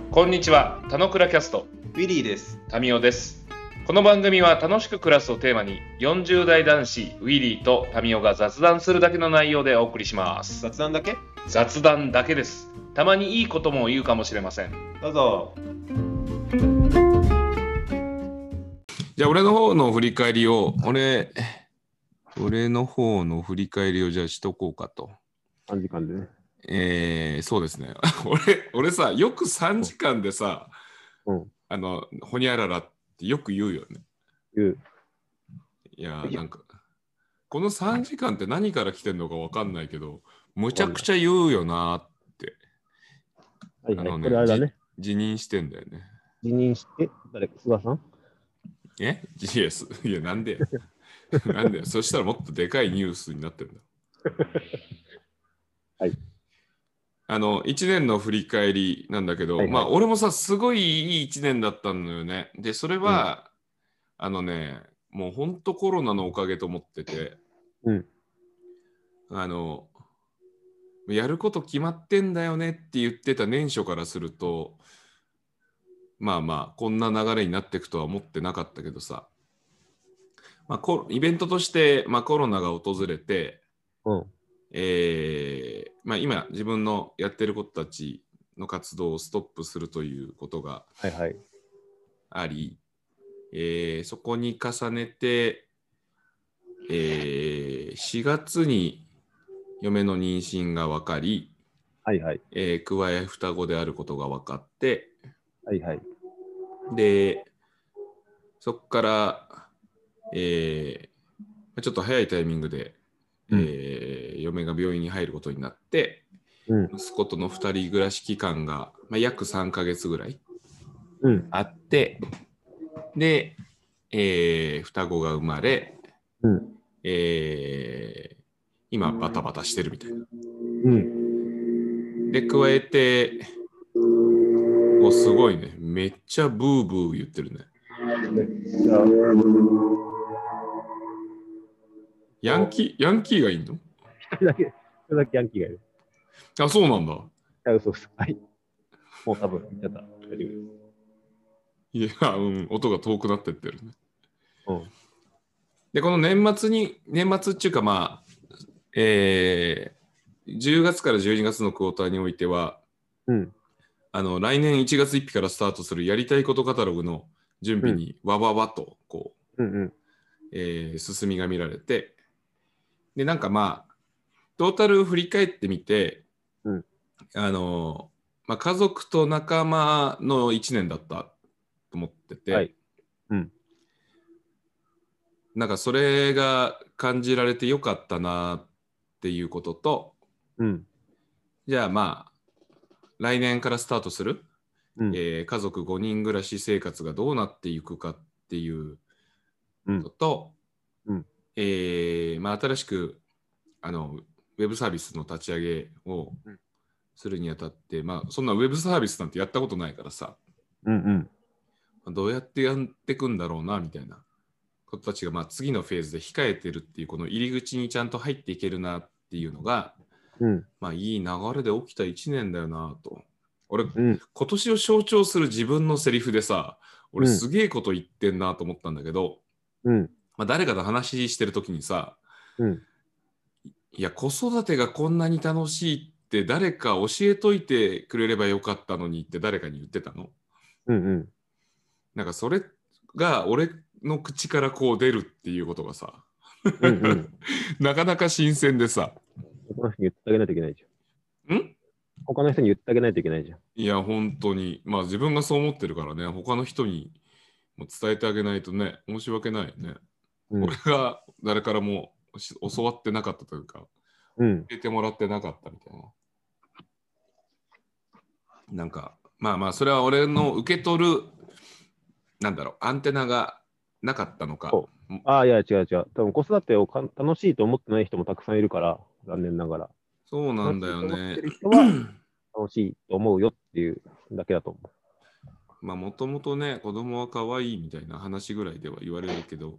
こんにちは、たのくらキャスト、 ウィリーです。 タミオです。この番組は楽しく暮らすをテーマに、40代男子ウィリーとタミオが雑談するだけの内容でお送りします。 雑談だけ？ 雑談だけです。たまにいいことも言うかもしれません。 どうぞ。 じゃあ俺の方の振り返りを、俺の方の振り返りをじゃあしとこうかと。 3時間でね。 そうですね。俺さ、よく3時間でさ、ほにゃららってよく言うよね。 言う。 いや、なんか、この3時間って何から来てんのかわかんないけど、むちゃくちゃ言うよなって。 はいはい、これあれだね。 辞任してんだよね。 辞任して、誰か、菅さん？ いや、なんでなんでそしたらもっとでかいニュースになってんだ。 はい。 1年の振り返りなんだけど、まあ俺もさすごいいい1年だったのよね。でそれは、もうほんとコロナのおかげと思ってて、やること決まってんだよねって言ってた年初からすると、まあこんな流れになっていくとは思ってなかったけどさ、イベントとして、コロナが訪れて、今自分のやってることたちの活動をストップするということがあり、そこに重ねて、4月に嫁の妊娠が分かり、加え双子であることが分かって、でそこから、ちょっと早いタイミングで嫁が病院に入ることになって、息子との2人暮らし期間が、約3ヶ月ぐらいあって、で、双子が生まれ、今バタバタしてるみたいな。で、加えて、すごいね、めっちゃブーブー言ってるね。ヤンキーがいんの？ 一人だけヤンキーがいる。 あ、そうなんだ。 そうです。はい。もう多分、言っちゃった。 いや、音が遠くなってってるね。で、この年末っていうか、10月から12月のクォーターにおいては、来年1月1日からスタートするやりたいことカタログの準備にわとこう、進みが見られて、で、トータル振り返ってみて、家族と仲間の1年だったと思ってて、それが感じられてよかったなっていうことと、じゃあ来年からスタートする、家族5人暮らし生活がどうなっていくかっていうことと、新しくウェブサービスの立ち上げをするにあたって、そんなウェブサービスなんてやったことないからさ、どうやってやっていくんだろうなみたいなことたちが次のフェーズで控えてるっていう、この入り口にちゃんと入っていけるなっていうのが、いい流れで起きた1年だよなと。俺、今年を象徴する自分のセリフでさ、俺すげえこと言ってんなと思ったんだけど、誰かと話してるときにさ、いや、子育てがこんなに楽しいって誰か教えといてくれればよかったのにって誰かに言ってたの。それが俺の口からこう出るっていうことがさ、なかなか新鮮でさ。 他の人に言ってあげないといけないじゃん。他の人に言ってあげないといけないじゃん。 いや、本当に。自分がそう思ってるからね、他の人にも伝えてあげないとね、申し訳ないよね。俺が誰からも教わってなかったというか、教えてもらってなかったみたいな。それは俺の受け取る、アンテナがなかったのか。 いや、違う。多分子育てを楽しいと思ってない人もたくさんいるから、残念ながら。 そうなんだよね。 思ってる人は楽しいと思うよっていうだけだと思う。 もともとね、子供は可愛いみたいな話ぐらいでは言われるけど、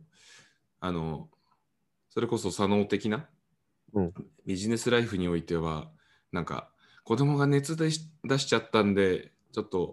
それこそ左脳的な、ビジネスライフにおいては、子供が熱出しちゃったんで、ちょっと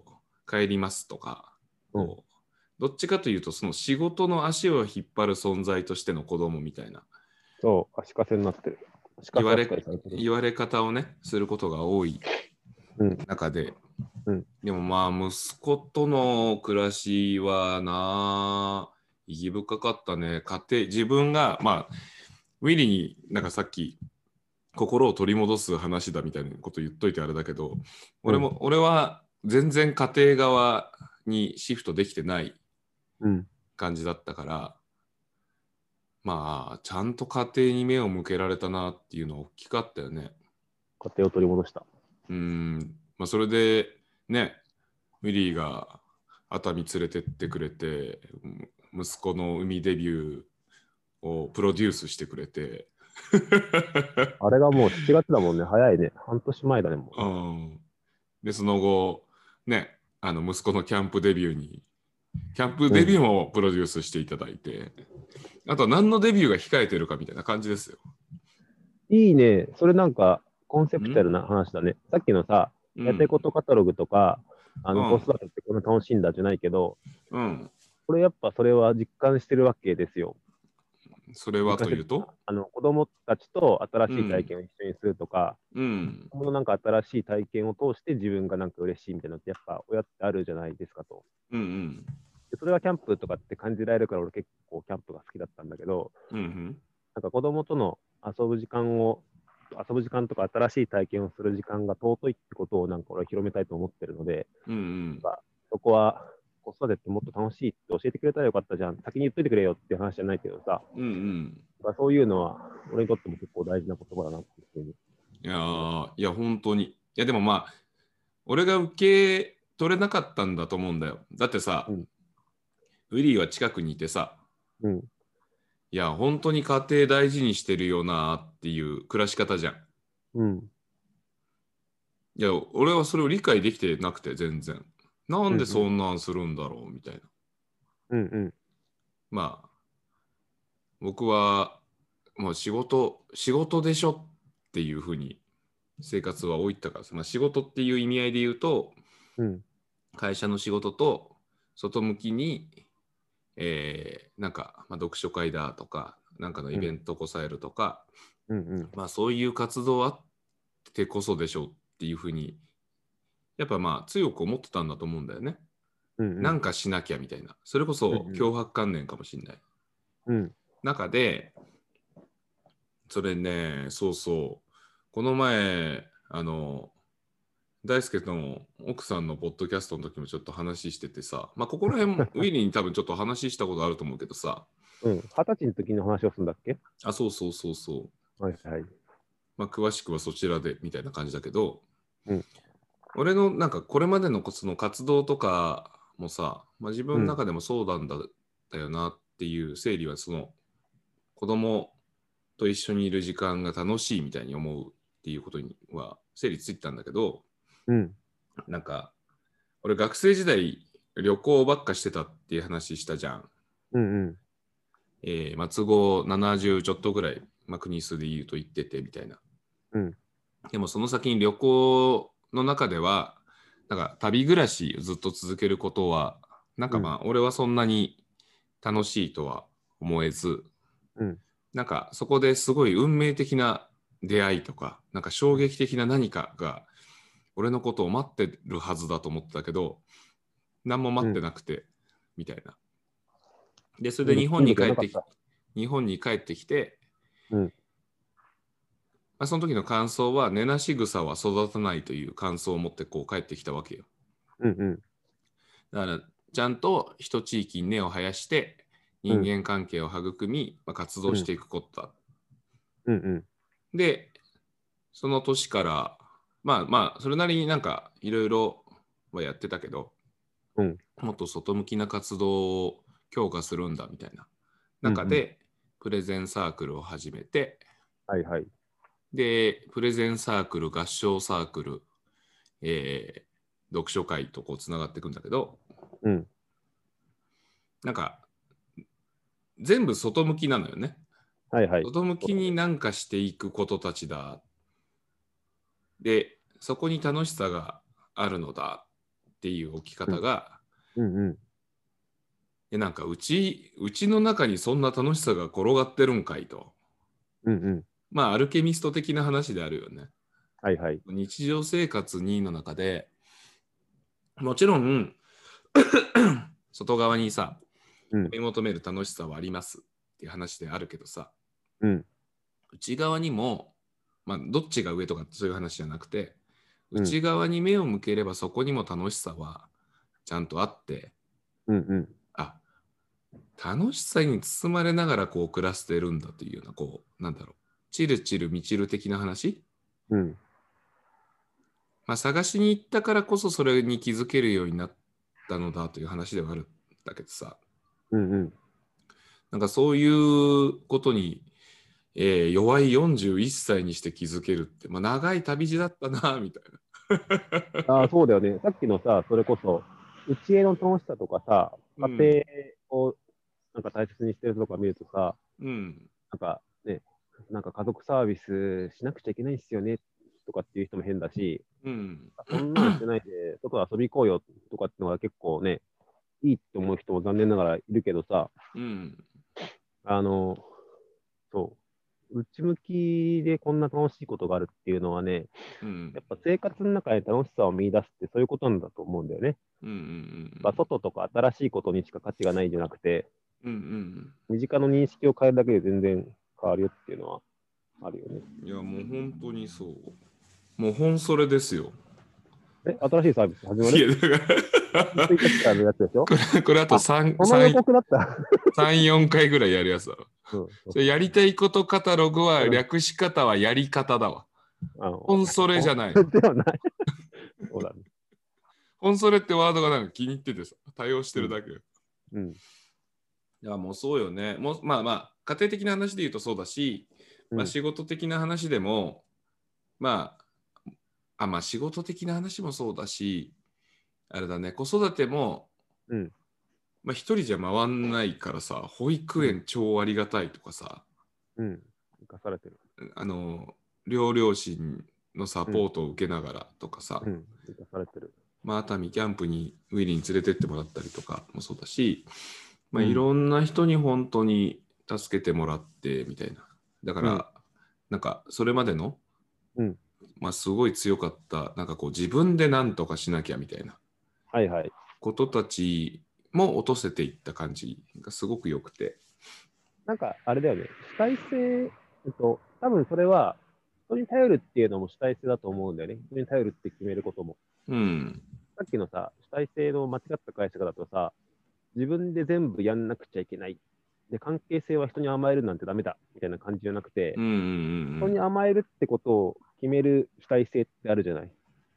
帰りますとか、 うんこうどっちかというとその仕事の足を引っ張る存在としての子供みたいなそう、足かせになってる。足かせ扱いされてる。 言われ方をねすることが多いうん。 中で、 うんでもまあ息子との暮らしはな意義深かったね。自分がまあウィリーになんかさっき心を取り戻す話だみたいなこと言っといてあれだけど、俺は全然家庭側にシフトできてないうん。 感じだったから、まあちゃんと家庭に目を向けられたなっていうのは大きかったよね。 家庭を取り戻した。 まあそれでね、ウィリーが熱海連れてってくれて、息子の海デビューをプロデュースしてくれてあれがもう7月だもんね。早いね。半年前だね、もう。 でその後ね、息子のキャンプデビューもプロデュースしていただいて、あとは何のデビューが控えてるかみたいな感じですよ。 いいね。それなんか、コンセプチュアルな話だね。さっきのさ、やってることカタログとか、子育てってこんな楽しいんだじゃないけど、これやっぱそれは実感してるわけですよ。 それはというと子供たちと新しい体験を一緒にするとか、子供のなんか新しい体験を通して自分がなんか嬉しいみたいなのってやっぱ親ってあるじゃないですかと。でそれはキャンプとかって感じられるから俺結構キャンプが好きだったんだけど、なんか子供との遊ぶ時間とか新しい体験をする時間が尊いってことをなんか俺は広めたいと思ってるので、そこは子育てってもっと楽しいって教えてくれたらよかったじゃん。先に言っといてくれよっていう話じゃないけどさ、そういうのは俺にとっても結構大事な言葉だなっていうふうに。 いや本当に。いやでもまあ俺が受け取れなかったんだと思うんだよ。だってさ、ウィリーは近くにいてさ、いや本当に家庭大事にしてるよなっていう暮らし方じゃん。いや俺はそれを理解できてなくて全然。なんでそんなんするんだろうみたいな。まあ僕はもう仕事でしょっていうふうに生活は置いたからさ、仕事っていう意味合いで言うと、会社の仕事と外向きに、なんか、読書会だとかなんかのイベントこさえるとか、そういう活動あってこそでしょっていうふうにやっぱ強く思ってたんだと思うんだよね。なんかしなきゃみたいな、それこそ強迫観念かもしれない。中でそれね、そうこの前大輔の奥さんのポッドキャストの時もちょっと話しててさ、ここら辺もウィリーに多分ちょっと話したことあると思うけどさ、 20歳の時の話をするんだっけ？ そう。詳しくはそちらでみたいな感じだけど、俺のなんかこれまでのその活動とかもさ、自分の中でもそうなんだよなっていう整理は、その子供と一緒にいる時間が楽しいみたいに思うっていうことには整理ついてたんだけど、なんか俺学生時代旅行ばっかしてたっていう話したじゃん。都合70ちょっとぐらい、国数で言うと行っててみたいな。でもその先に旅行の中ではなんか旅暮らしをずっと続けることはなんか俺はそんなに楽しいとは思えず、なんかそこですごい運命的な出会いとかなんか衝撃的な何かが俺のことを待ってるはずだと思ってたけど、何も待ってなくて、みたいな。でそれで日本に帰ってきて、その時の感想は根なし草は育たないという感想を持ってこう帰ってきたわけよ。だからちゃんと一地域に根を生やして人間関係を育み、活動していくことだ。でその年からそれなりになんかいろいろはやってたけど、もっと外向きな活動を強化するんだみたいな中で、プレゼンサークルを始めて、でプレゼンサークル、合唱サークル、読書会とこうつながっていくんだけど、なんか全部外向きなのよね。外向きになんかしていくことたちだ。でそこに楽しさがあるのだっていう置き方が、 なんかうちの中にそんな楽しさが転がってるんかいと。まあアルケミスト的な話であるよね。 はいはい。 日常生活にの中でもちろん外側にさ、追い求める楽しさはありますっていう話であるけどさ、内側にも、まあどっちが上とかそういう話じゃなくて、内側に目を向ければそこにも楽しさはちゃんとあって、楽しさに包まれながらこう暮らしてるんだというような、こうなんだろう、チルチルミチル的な話、まあ探しに行ったからこそそれに気づけるようになったのだという話ではあるんだけどさ、なんかそういうことに、弱い41歳にして気づけるって、まあ、長い旅路だったなみたいな。そうだよね。さっきのさ、それこそ、内への楽しさとかさ、家庭をなんか大切にしてるとか見るとさ、なんかね、なんか家族サービスしなくちゃいけないんですよねとかっていう人も変だし、そんなんしてないで、外遊び行こうよとかっていうのが結構ね、いいって思う人も残念ながらいるけどさ、そう、内向きでこんな楽しいことがあるっていうのはね、やっぱ生活の中で楽しさを見出すってそういうことなんだと思うんだよね。外とか新しいことにしか価値がないんじゃなくて、身近な認識を変えるだけで全然変わるよっていうのはあるよね。 いや、もう本当にそう。もう本それですよ。 新しいサービス始まる？ いや、だからこれあと3、4回ぐらいやるやつだろ。それやりたいことカタログは略し方はやり方だわ。本それじゃない。 ではない。そうだね。 本それってワードがなんか気に入っててさ、多用してるだけ。いや、もうそうよね。もうまあまあ、家庭的な話で言うとそうだし、まあ、仕事的な話でも、まあ仕事的な話もそうだし、あれだね、子育ても、まあ一人じゃ回んないからさ、保育園超ありがたいとかさ、 生かされてる。 両両親のサポートを受けながらとかさ、 生かされてる。 まあ熱海キャンプにウィリーに連れてってもらったりとかもそうだし、まあいろんな人に本当に助けてもらってみたいな。だから、なんかそれまでの、まあすごい強かった、なんかこう自分で何とかしなきゃみたいなことたちも落とせていった感じがすごく良くて。 なんかあれだよね、主体性、多分それは人に頼るっていうのも主体性だと思うんだよね。人に頼るって決めることも。さっきのさ、主体性の間違った解釈だとさ、自分で全部やんなくちゃいけない。で、関係性は人に甘えるなんてダメだみたいな感じじゃなくて、人に甘えるってことを決める主体性ってあるじゃない。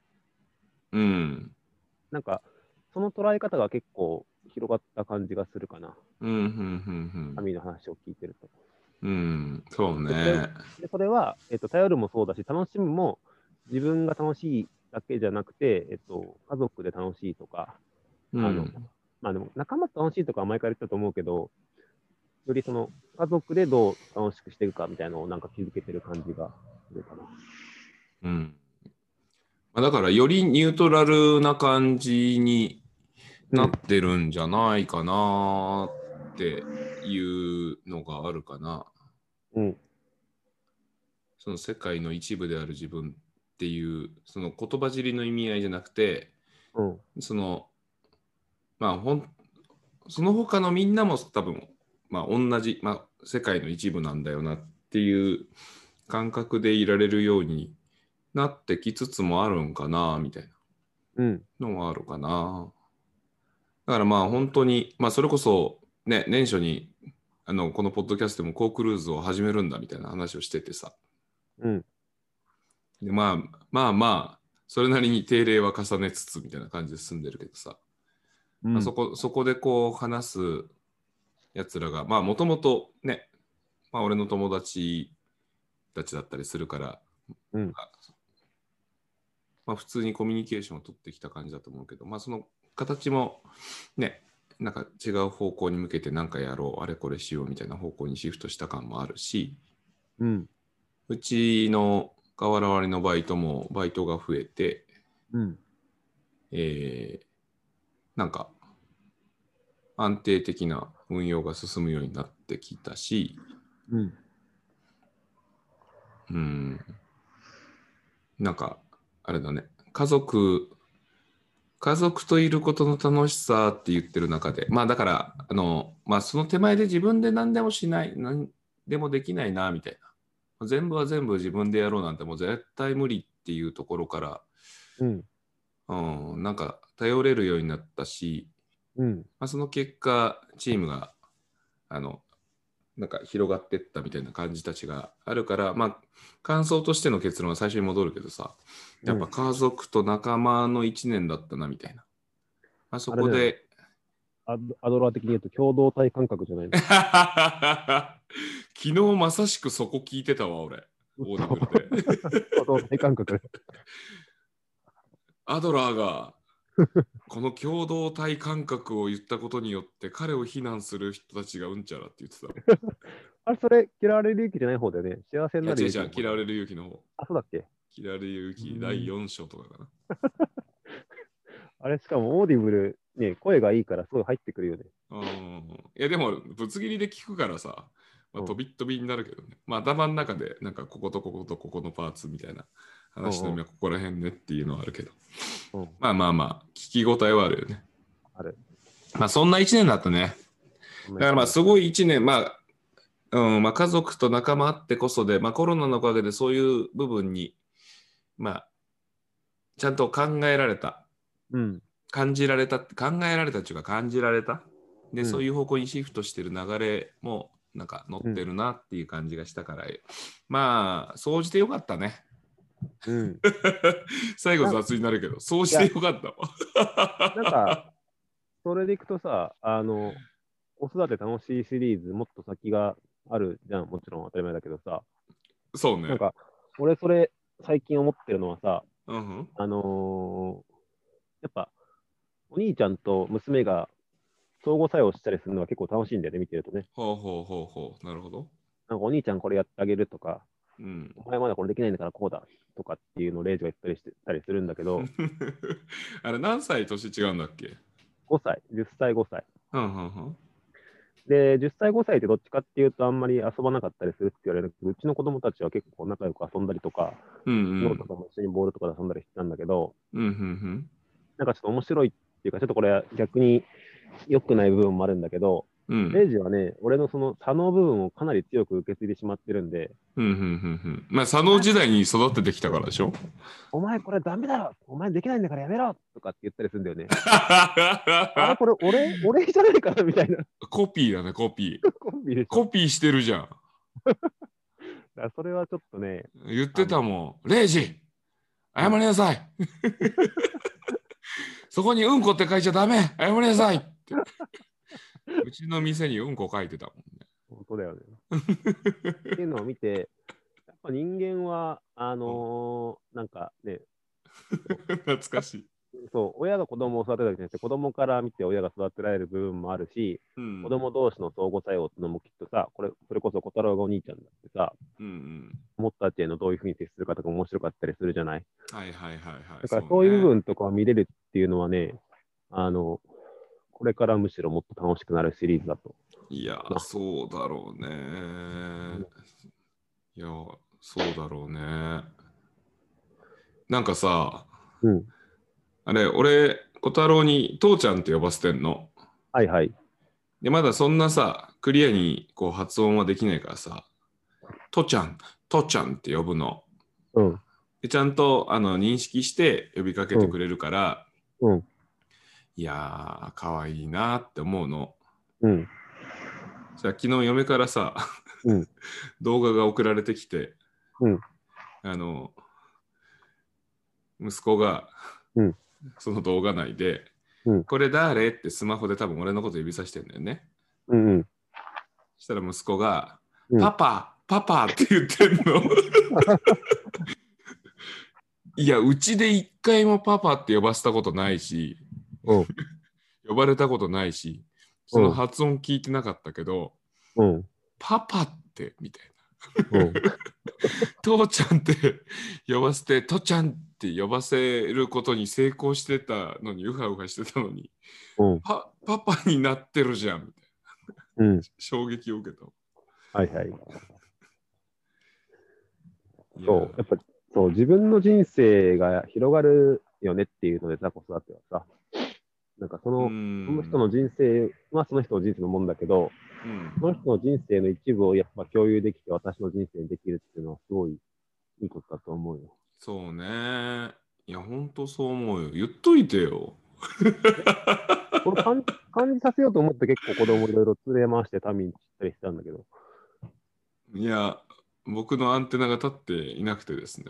なんか、その捉え方が結構広がった感じがするかな。神の話を聞いてると。 そうね。 でそれは、頼るもそうだし、楽しむも自分が楽しいだけじゃなくて、家族で楽しいとか、まあでも仲間と楽しいとかは前から言ったと思うけど、よりその家族でどう楽しくしていくかみたいなのをなんか気づけてる感じがするかな。 だからよりニュートラルな感じになってるんじゃないかなっていうのがあるかな。その世界の一部である自分っていうその言葉尻の意味合いじゃなくて、そのまあその他のみんなも多分まあ同じ、まあ、世界の一部なんだよなっていう感覚でいられるようになってきつつもあるんかなみたいなのもあるかな。だからまあ本当に、まあそれこそね、年初にこのポッドキャストでもコークルーズを始めるんだみたいな話をしててさ。でまあ、それなりに定例は重ねつつみたいな感じで進んでるけどさ。まあ、そこでこう話すやつらが、まあもともとね、まあ俺の友達たちだったりするから、まあ普通にコミュニケーションを取ってきた感じだと思うけど、まあその形もね、なんか違う方向に向けて何かやろう、あれこれしようみたいな方向にシフトした感もあるし、うちの河原割りのバイトもバイトが増えて、 なんか安定的な運用が進むようになってきたし、なんかあれだね、家族といることの楽しさって言ってる中で、まあだからその手前で自分で何でもしない、何でもできないなみたいな、全部は全部自分でやろうなんてもう絶対無理っていうところから、なんか頼れるようになったし、その結果チームがなんか広がってったみたいな感じたちがあるから、感想としての結論は最初に戻るけどさ、やっぱ家族と仲間の1年だったなみたいな。そこでアドラー的に言うと共同体感覚じゃないの昨日まさしくそこ聞いてたわ俺、オーディブルで共同体感覚アドラーがこの共同体感覚を言ったことによって彼を非難する人たちがうんちゃらって言ってたあれ、それ嫌われる勇気じゃない方だよね。幸せになる勇気。嫌われる勇気の方。 あ、そうだっけ。 嫌われる勇気第4章とかかな。 あれ、しかもオーディブル、ね、声がいいからすごい入ってくるよね。 いや、でも、ぶつ切りで聞くからさ、飛びっ飛びになるけどね。頭の中で、なんか、こことこことここのパーツみたいな話の意味はここら辺ねっていうのはあるけど。聞き応えはあるよね。 ある。 そんな1年だったね。だからすごい1年、家族と仲間あってこそで、コロナのおかげでそういう部分に、ちゃんと考えられた。感じられたって考えられたっていうか感じられたで、そういう方向にシフトしてる流れもなんか乗ってるなっていう感じがしたから、総じてよかったね。最後雑になるけど総じてよかったわ。 なんかそれでいくとさ、子育て楽しいシリーズもっと先があるじゃん、もちろん当たり前だけどさ。 そうね。 なんか俺それ最近思ってるのはさ、やっぱお兄ちゃんと娘が相互作用したりするのは結構楽しいんだよね、見てるとね。 なるほど。 なんかお兄ちゃんこれやってあげるとか、お前まだこれできないんだからこうだとかっていうのをレイジが言ったりしてたりするんだけど。 あれ何歳年違うんだっけ ?5 歳、10歳、5歳。で、10歳、5歳ってどっちかっていうとあんまり遊ばなかったりするって言われるけど、うちの子供たちは結構仲良く遊んだりとか、ノートとかも一緒にボールとかで遊んだりしてたんだけど、なんかちょっと面白いっていうか、ちょっとこれ逆に良くない部分もあるんだけど、レイジはね、俺のその左脳部分をかなり強く受け継いでしまってるんで。 左脳時代に育ててきたからでしょ。 お前これダメだろ、お前できないんだからやめろとかって言ったりするんだよね。あれこれ俺じゃないかなみたいな。 コピーだね、コピー。コピーしてるじゃん。 だそれはちょっとね。 言ってたもん。レイジ謝りなさい。そこにうんこって書いちゃダメ、謝りなさいって。うちの店にうんこ書いてたもんね。 本当だよね。っていうのを見て、やっぱ人間は、なんかね、 懐かしい。 そう、親が子供を育てたわけじゃなくて、子供から見て親が育てられる部分もあるし、子供同士の相互作用っていうのもきっとさ、それこそ小太郎がお兄ちゃんだってさ、思ったちへのどういうふうに接するかとか面白かったりするじゃない。だからそういう部分とかを見れるっていうのはね、これからむしろもっと楽しくなるシリーズだと。 いや、そうだろうね。いや、そうだろうね。なんかさ、あれ、俺、小太郎に父ちゃんって呼ばせてんの。 はいはい。 で、まだそんなさ、クリアにこう発音はできないからさ、父ちゃんって呼ぶの。でちゃんと認識して呼びかけてくれるから、いやー、かわいいなって思うの。じゃあ昨日嫁からさ、動画が送られてきて、息子が、その動画内で、これ誰ってスマホで多分俺のこと指さしてんだよね。そしたら息子が、パパって言ってんの。いや、うちで一回もパパって呼ばせたことないし、呼ばれたことないし、その発音聞いてなかったけど、パパってみたい父ちゃんって呼ばせて、父ちゃんって呼ばせることに成功してたのに、うはうはしてたのに、パパになってるじゃんみたいな、衝撃を受けた。 はいはい。そう、やっぱそう、自分の人生が広がるよねっていうのでさ、子育てはさ、なんかその人の人生はその人の人生のもんだけど、その人の人生の一部をやっぱ共有できて私の人生にできるっていうのはすごいいいことだと思うよ。 そうね。いや、ほんとそう思うよ。言っといてよ。 これ感じさせようと思って結構子供いろいろ連れ回して旅に行ったりしてたんだけど。 いや、僕のアンテナが立っていなくてですね。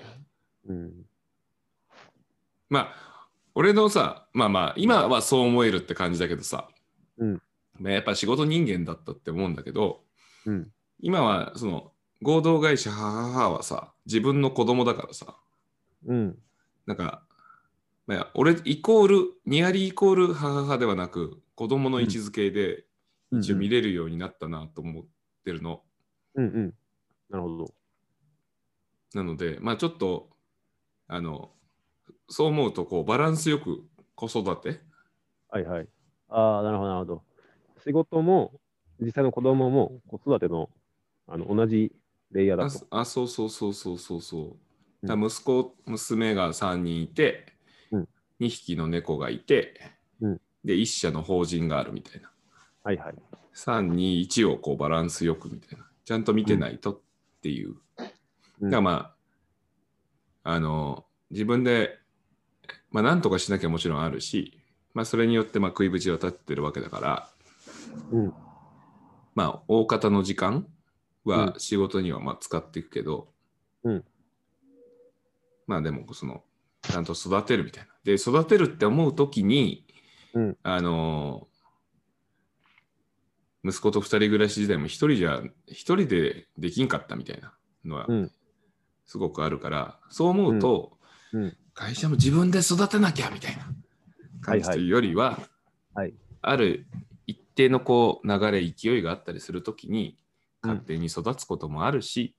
まあ、俺のさ、まあ、今はそう思えるって感じだけどさ、やっぱ仕事人間だったって思うんだけど、今はその合同会社母はさ、自分の子供だからさ、なんか、俺イコール、ニアリーイコール母ではなく、子供の位置づけで一応見れるようになったなと思ってるの。 なるほど。 なので、ちょっと、そう思うと、バランスよく子育て。 はいはい。ああ、なるほど、なるほど。仕事も、実際の子供も子育ての、同じレイヤーだと。 そうそうそうそうそうそう。だ息子、娘が3人いて、2匹の猫がいて、で、1社の法人があるみたいな。 はいはい。 3、2、1をバランスよくみたいな。ちゃんと見てないとっていう。だから自分で、なんとかしなきゃもちろんあるし、それによって食いぶちは立ってるわけだから、大方の時間は仕事には使っていくけど、でもちゃんと育てるみたいな。で、育てるって思うときに、息子と2人暮らし時代も一人でできんかったみたいなのはすごくあるから、そう思うと、会社も自分で育てなきゃみたいな感じというよりは、ある一定の流れ、勢いがあったりするときに勝手に育つこともあるし、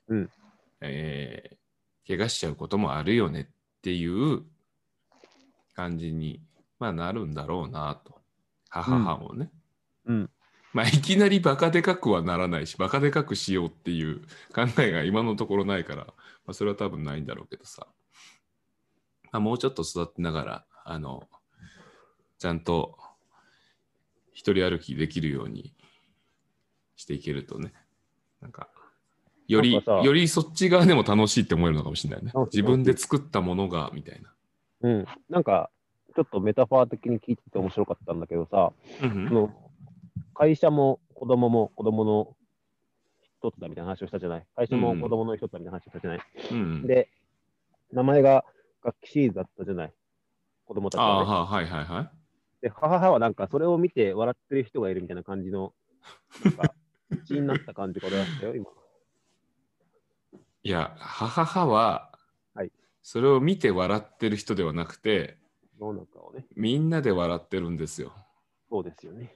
怪我しちゃうこともあるよねっていう感じに、なるんだろうなと。母もね。いきなりバカでかくはならないし、バカでかくしようっていう考えが今のところないから、それは多分ないんだろうけどさ。もうちょっと育てながら、ちゃんと一人歩きできるようにしていけるとね、なんか、よりそっち側でも楽しいって思えるのかもしれないね。自分で作ったものが、みたいな。 なんか、ちょっとメタファー的に聞いてて面白かったんだけどさ、会社も子供も子供の一つだみたいな話をしたじゃない。会社も子供の一つだみたいな話をしたじゃない。で、名前が楽器シリーズだったじゃない。子供たちはね。で、母はなんかそれを見て笑ってる人がいるみたいな感じの、なんか、一になった感じが俺はしたよ、今。 いや、母は、それを見て笑ってる人ではなくて、 世の中をね、 みんなで笑ってるんですよ。 そうですよね。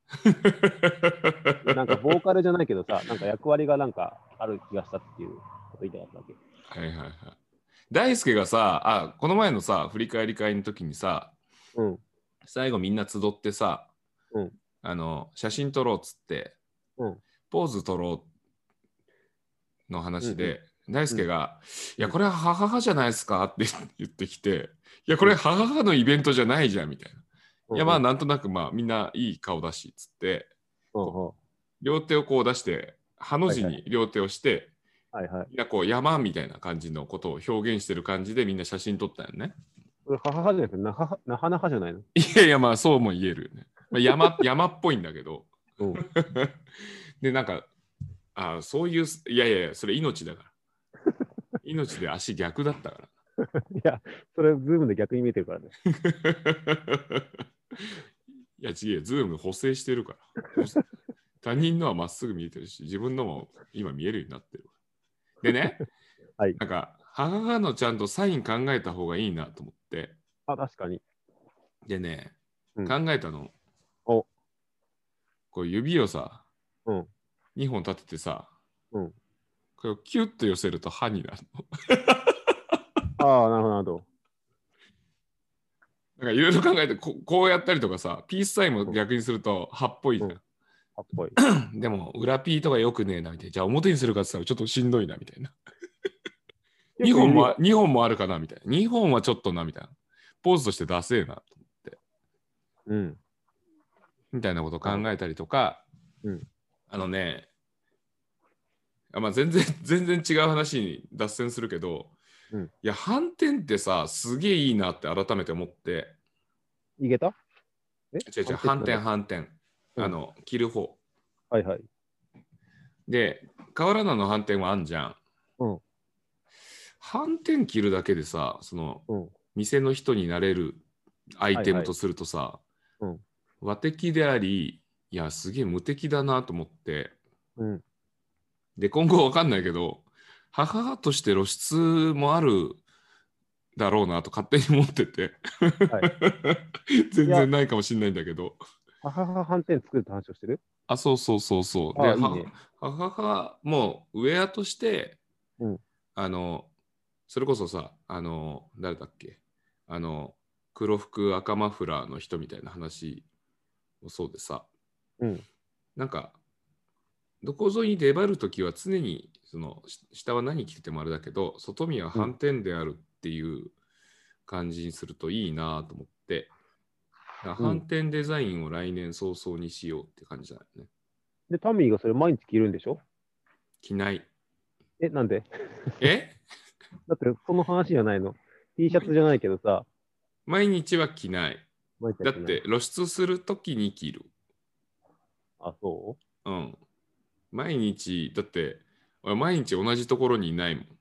なんかボーカルじゃないけどさ、なんか役割がなんかある気がしたっていうこと言いたかったわけ。 大輔がさ、この前のさ、振り返り会の時にさ、最後みんな集ってさ、写真撮ろうっつって、ポーズ撮ろうの話で、大輔が、いや、これは母じゃないですかって言ってきて、いや、これ母のイベントじゃないじゃんみたいな。いや、なんとなくみんないい顔だしっつって、両手を出して、ハの字に両手をして、みんな山みたいな感じのことを表現してる感じでみんな写真撮ったよね。 これ母じゃなくてなはなはじゃないの？ いやそうも言えるよね。山っぽいんだけど。で、なんか、そういう、いや、それ命だから。命で足逆だったから。 いや、それズームで逆に見えてるからね。 いや、違う、ズーム補正してるから。他人のはまっすぐ見えてるし、自分のも今見えるようになってる。でね、なんか、母のちゃんとサイン考えた方がいいなと思って。 確かに。 でね、考えたの。こう指をさ、2本立ててさ、 これをキュッと寄せると歯になるの。 ああ、なるほど、なるほど。 なんかいろいろ考えてこうやったりとかさ、ピースサインも逆にすると歯っぽいじゃん。 歯っぽい。 でも裏ピーとかよくねえなみたいな。じゃあ表にするかって言ったらちょっとしんどいなみたいな。2本もあるかなみたいな。2本はちょっとなみたいな。ポーズとしてダセえなと思って。 うん。 みたいなことを考えたりとか、 うん、 まあ、全然違う話に脱線するけど、うん、いや、反転ってさ、すげえいいなって改めて思って。 いけた？ 違う、反転。着る方。 はいはい。 で、河原の反転はあんじゃん。うん。反転着るだけでさ、その、店の人になれるアイテムとするとさ、和敵であり、いや、すげえ無敵だなと思って、で、今後わかんないけど、母として露出もあるだろうなと勝手に思ってて、はい、全然ないかもしれないんだけど。 母反転作るって話をしてる？ あ、そう。で、いいね、母もウェアとして、それこそさ、誰だっけ、黒服赤マフラーの人みたいな話もそうでさ、なんか、どこぞに出張るときは常にその下は何着ててもあれだけど、外見は反転であるっていう感じにするといいなと思って、反転デザインを来年早々にしようって感じだよね。 で、タミーがそれ毎日着るんでしょ？ 着ない。 なんで？だってその話じゃないの。T シャツじゃないけどさ。 毎日は着ない。だって露出するときに着る。 あ、そう？ うん。毎日、だって、俺毎日同じところにいないもん。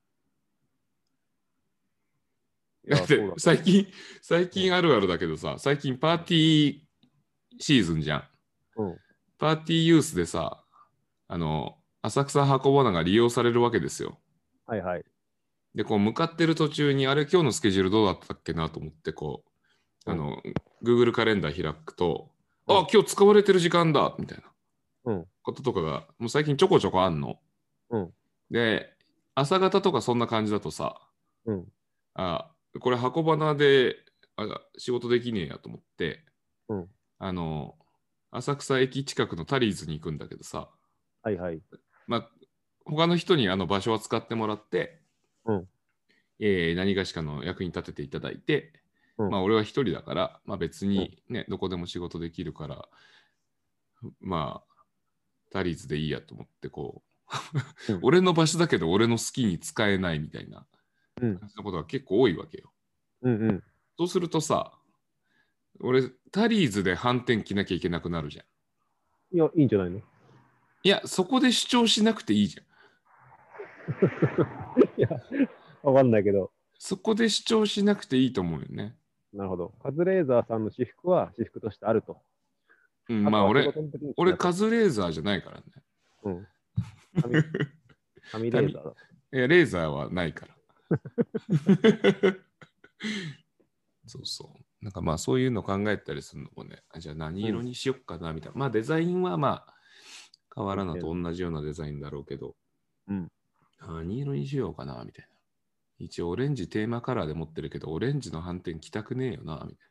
だって最近あるあるだけどさ、最近パーティーシーズンじゃん。パーティーユースでさ、浅草箱罠が利用されるわけですよ。 はいはい。 で、こう向かってる途中に、あれ今日のスケジュールどうだったっけなと思って、こう、Google カレンダー開くと、あ、今日使われてる時間だみたいな。こととかがもう最近ちょこちょこあんの。で、朝方とかそんな感じだとさ、これ箱花で仕事できねえやと思って、浅草駅近くのタリーズに行くんだけどさ、 はいはい。 まあ、他の人に場所は使ってもらって、何がしかの役に立てていただいて、まあ俺は一人だから、まあ別にね、どこでも仕事できるから、まあ、タリーズでいいやと思ってこう、俺の場所だけど俺の好きに使えないみたいな感じのことが結構多いわけよ。そうするとさ、俺タリーズで反転着なきゃいけなくなるじゃん。 いや、いいんじゃないの？ いや、そこで主張しなくていいじゃん。 いや、わかんないけど。 そこで主張しなくていいと思うよね。 なるほど。カズレーザーさんの私服は私服としてあると。 まあ俺カズレーザーじゃないからね。 紙レーザーだ。 いや、レーザーはないから。そう。なんかまあそういうの考えたりするのもね、じゃあ何色にしよっかなみたいな。まあデザインはまあ変わらなと同じようなデザインだろうけど、何色にしようかなみたいな。一応オレンジテーマカラーで持ってるけど、オレンジの反転着たくねえよなみたい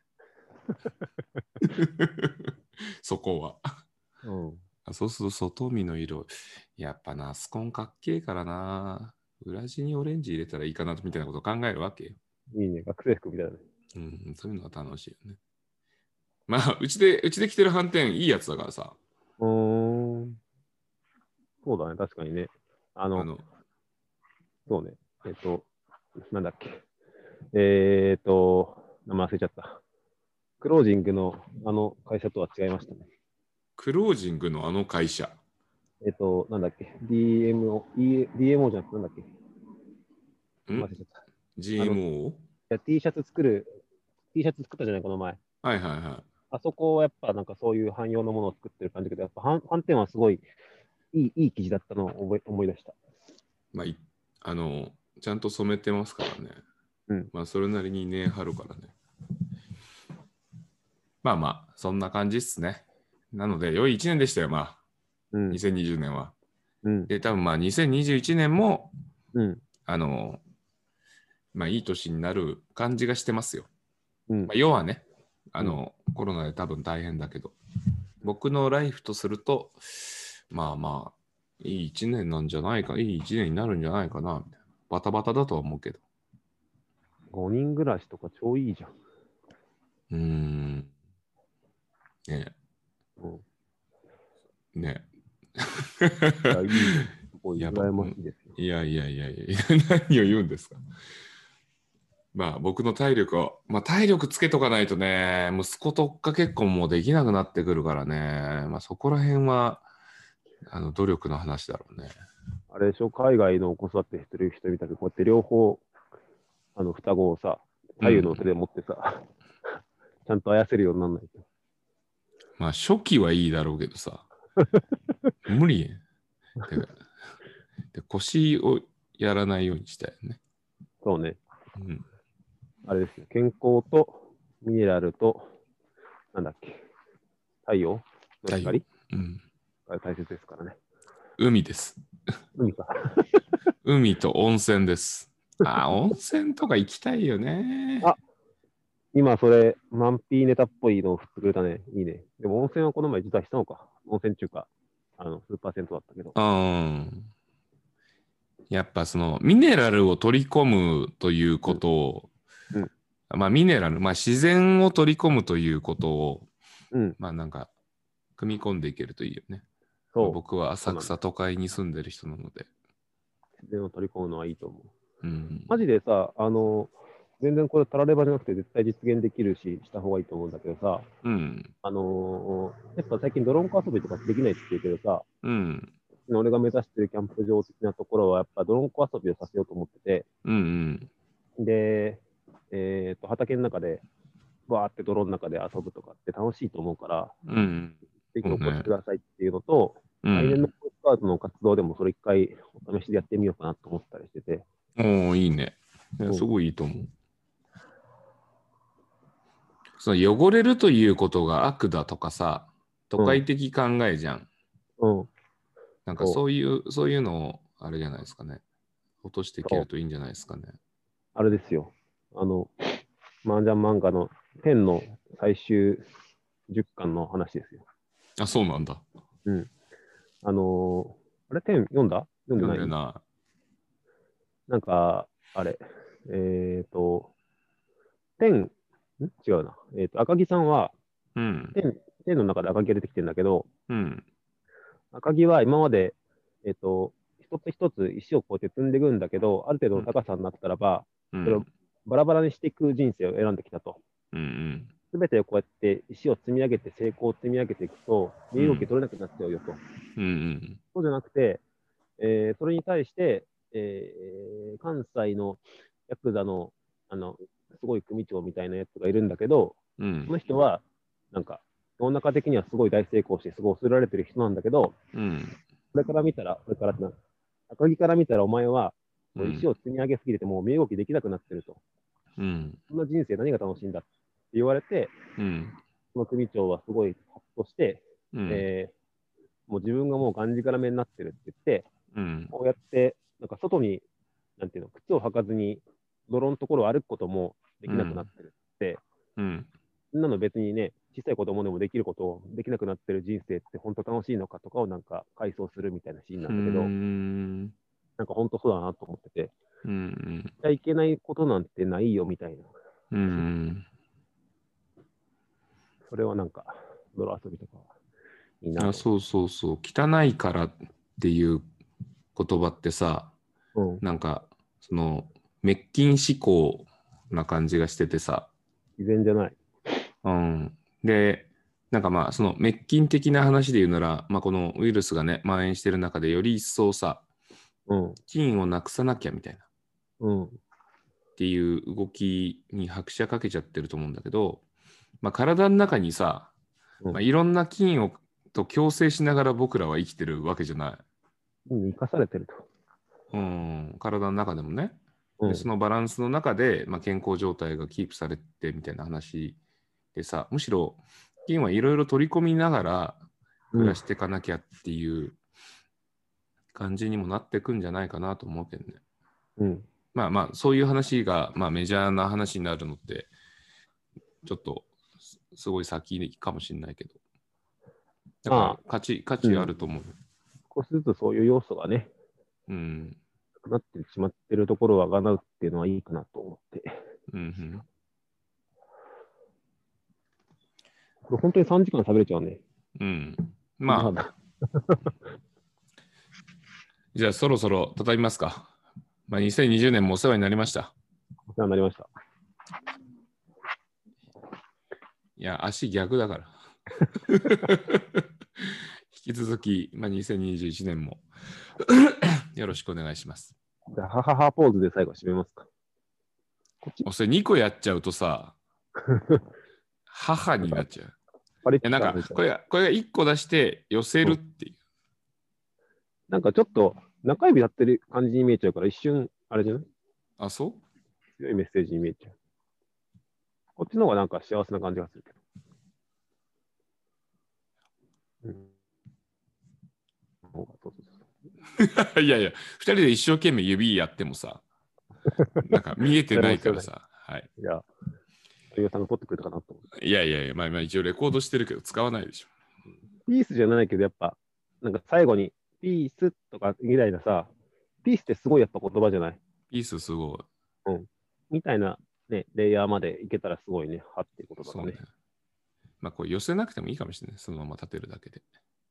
な。そこは。そうすると外見の色、やっぱナスコンかっけえからな。裏地にオレンジ入れたらいいかなみたいなことを考えるわけよ。 いいね、学生服みたいなね。 そういうのが楽しいよね。まあ、うちで着てる反転いいやつだからさ。 そうだね、確かにね。そうね。なんだっけ。名前忘れちゃった。クロージングの会社とは違いましたね。 クロージングの会社。 なんだっけ。DMO じゃなくてなんだっけ。 忘れちゃった。GMO? いや、T シャツ作ったじゃない、この前。 はいはいはい。 あそこはやっぱなんかそういう汎用のものを作ってる感じだけど、やっぱ反転はすごいいい記事だったのを思い出した。 まあ、ちゃんと染めてますからね。まあ、それなりにね、貼るからね。まあ、そんな感じっすね。なので、良い1年でしたよ、まあ。2020年は。 で、多分まあ2021年も、まあいい年になる感じがしてますよ。まあ、要はね、コロナで多分大変だけど、僕のライフとすると、まあまあ、いい一年なんじゃないか、いい一年になるんじゃないかな、みたいな。バタバタだとは思うけど。 5人暮らしとか超いいじゃん。 ねえ。ねえ。いや、いいね。すごい羨ましいですよ。 いや、何を言うんですか。まあ僕の体力を、まあ体力つけとかないとね、息子とか結婚もできなくなってくるからね、まあそこら辺は、努力の話だろうね。 あれでしょ、海外の子育てしてる人みたいに、こうやって両方、双子をさ、左右の手で持ってさ、ちゃんと操るようにならないと。 まあ初期はいいだろうけどさ、無理で腰をやらないようにしたいよね。 そうね。あれですよ、健康とミネラルと、なんだっけ、太陽の光が大切ですからね。 海です。 海か。 海と温泉です。温泉とか行きたいよね。 今それ、マンピーネタっぽいのを振ってくれたね。いいね。でも温泉はこの前実はしたのか。温泉中か。スーパー銭湯だったけど。 やっぱそのミネラルを取り込むということを、まあミネラル、まあ自然を取り込むということを、まあなんか組み込んでいけるといいよね。僕は浅草都会に住んでる人なので。 自然を取り込むのはいいと思う。マジでさ、全然これたらればじゃなくて絶対実現できるし、した方がいいと思うんだけどさ、やっぱ最近ドローンコ遊びとかできないって言うけどさ、俺が目指してるキャンプ場的なところは、やっぱドローンコ遊びをさせようと思ってて、で、畑の中で、バーって泥の中で遊ぶとかって楽しいと思うから、ぜひお越しくださいっていうのと、来年のコースカートの活動でもそれ一回お試しでやってみようかなと思ったりしてて。 いいね。すごいいいと思う。その汚れるということが悪だとかさ、都会的考えじゃん。なんかそういうのをあれじゃないですかね。落としていけるといいんじゃないですかね。 あれですよ。麻雀漫画の天の最終10巻の話ですよ。 そうなんだ。 あれ天読んだ？読んでない？なんか、あれ、天、違うな。赤木さんは、天の中で赤木が出てきてるんだけど、赤木は今まで、一つ一つ石をこうやって積んでいくんだけど、ある程度の高さになったらば、それをバラバラにしていく人生を選んできたと。すべてをこうやって石を積み上げて成功を積み上げていくと、身動き取れなくなっちゃうよと。そうじゃなくて、それに対して、関西のヤクザの、すごい組長みたいなやつがいるんだけど、その人は、なんか、世の中的にはすごい大成功して、すごい恐れられてる人なんだけど、これから見たら、赤木から見たらお前は、石を積み上げすぎてて、もう身動きできなくなってると。そんな人生何が楽しいんだって言われて、その組長はすごいハッとして、もう自分がもうがんじがらめになってるって言って、こうやって、なんか外に、なんていうの、靴を履かずに、泥のところを歩くこともできなくなってるって、そんなの別にね、小さい子供でもできることをできなくなってる人生って本当楽しいのかとかをなんか回想するみたいなシーンなんだけど、なんか本当そうだなと思ってて、しちゃいけないことなんてないよみたいな。それはなんか、泥遊びとかいいな。 そう。汚いからっていう言葉ってさ、なんか、その、滅菌思考な感じがしててさ。 自然じゃない。 で、なんかまあ、その滅菌的な話で言うなら、まあ、このウイルスがね、蔓延してる中でより一層さ、菌をなくさなきゃみたいな、っていう動きに拍車かけちゃってると思うんだけど、まあ、体の中にさ、まあ、いろんな菌と共生しながら僕らは生きてるわけじゃない。 生かされてると。 体の中でもね。でそのバランスの中で、まあ、健康状態がキープされてみたいな話でさ、むしろ菌はいろいろ取り込みながら暮らしていかなきゃっていう感じにもなってくんじゃないかなと思うけどね。 うん。 まあまあ、そういう話が、まあ、メジャーな話になるのって、ちょっとすごい先かもしれないけど。だから価値あると思う。 少しずつそういう要素がね、なくなってしまってるところをあがなうっていうのはいいかなと思って。これ本当に3時間喋れちゃうね。 まあ。じゃあそろそろ畳みますか。まあ、2020年もお世話になりました。 お世話になりました。 いや、足逆だから。引き続き、まあ、2021年もよろしくお願いします。 じゃあ、はははポーズで最後締めますか。 それ2個やっちゃうとさ、母になっちゃう。なんかこれが1個出して寄せるっていう。 なんかちょっと中指やってる感じに見えちゃうから一瞬あれじゃない？ あ、そう？ 強いメッセージに見えちゃう。こっちの方がなんか幸せな感じがするけど。いやいや、2人で一生懸命指やってもさ、なんか見えてないからさ。はい。 いや、鳥さんが撮ってくれたかなと思って。 いやいや、まあ一応レコードしてるけど使わないでしょ。 ピースじゃないけど、やっぱ、なんか最後にピースとかみたいなさ、ピースってすごいやっぱ言葉じゃない？ ピースすごい。みたいなね、レイヤーまでいけたらすごいね、はっていうことだね。 まあこう寄せなくてもいいかもしれない。そのまま立てるだけで。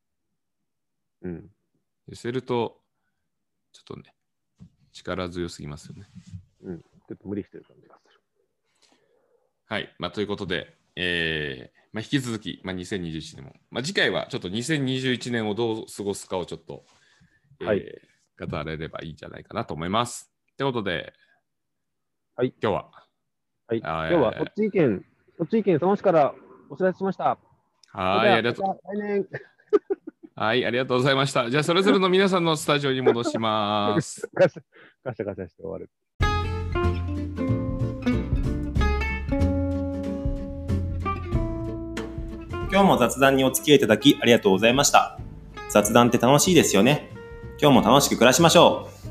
寄せると、ちょっとね、力強すぎますよね。 ちょっと無理してる感じがする。 はい。まあ、ということで、まあ、引き続き、まあ、2021年も、まあ、次回はちょっと2021年をどう過ごすかをちょっと、語れればいいんじゃないかなと思います。ということで、 はい、 今日は、 今日は栃木県佐野市からお知らせしました。 はい、ありがとう。 来年はい、ありがとうございました。じゃあ、それぞれの皆さんのスタジオに戻します。 ガシャガシャして終わる。 今日も雑談にお付き合いいただきありがとうございました。雑談って楽しいですよね。今日も楽しく暮らしましょう。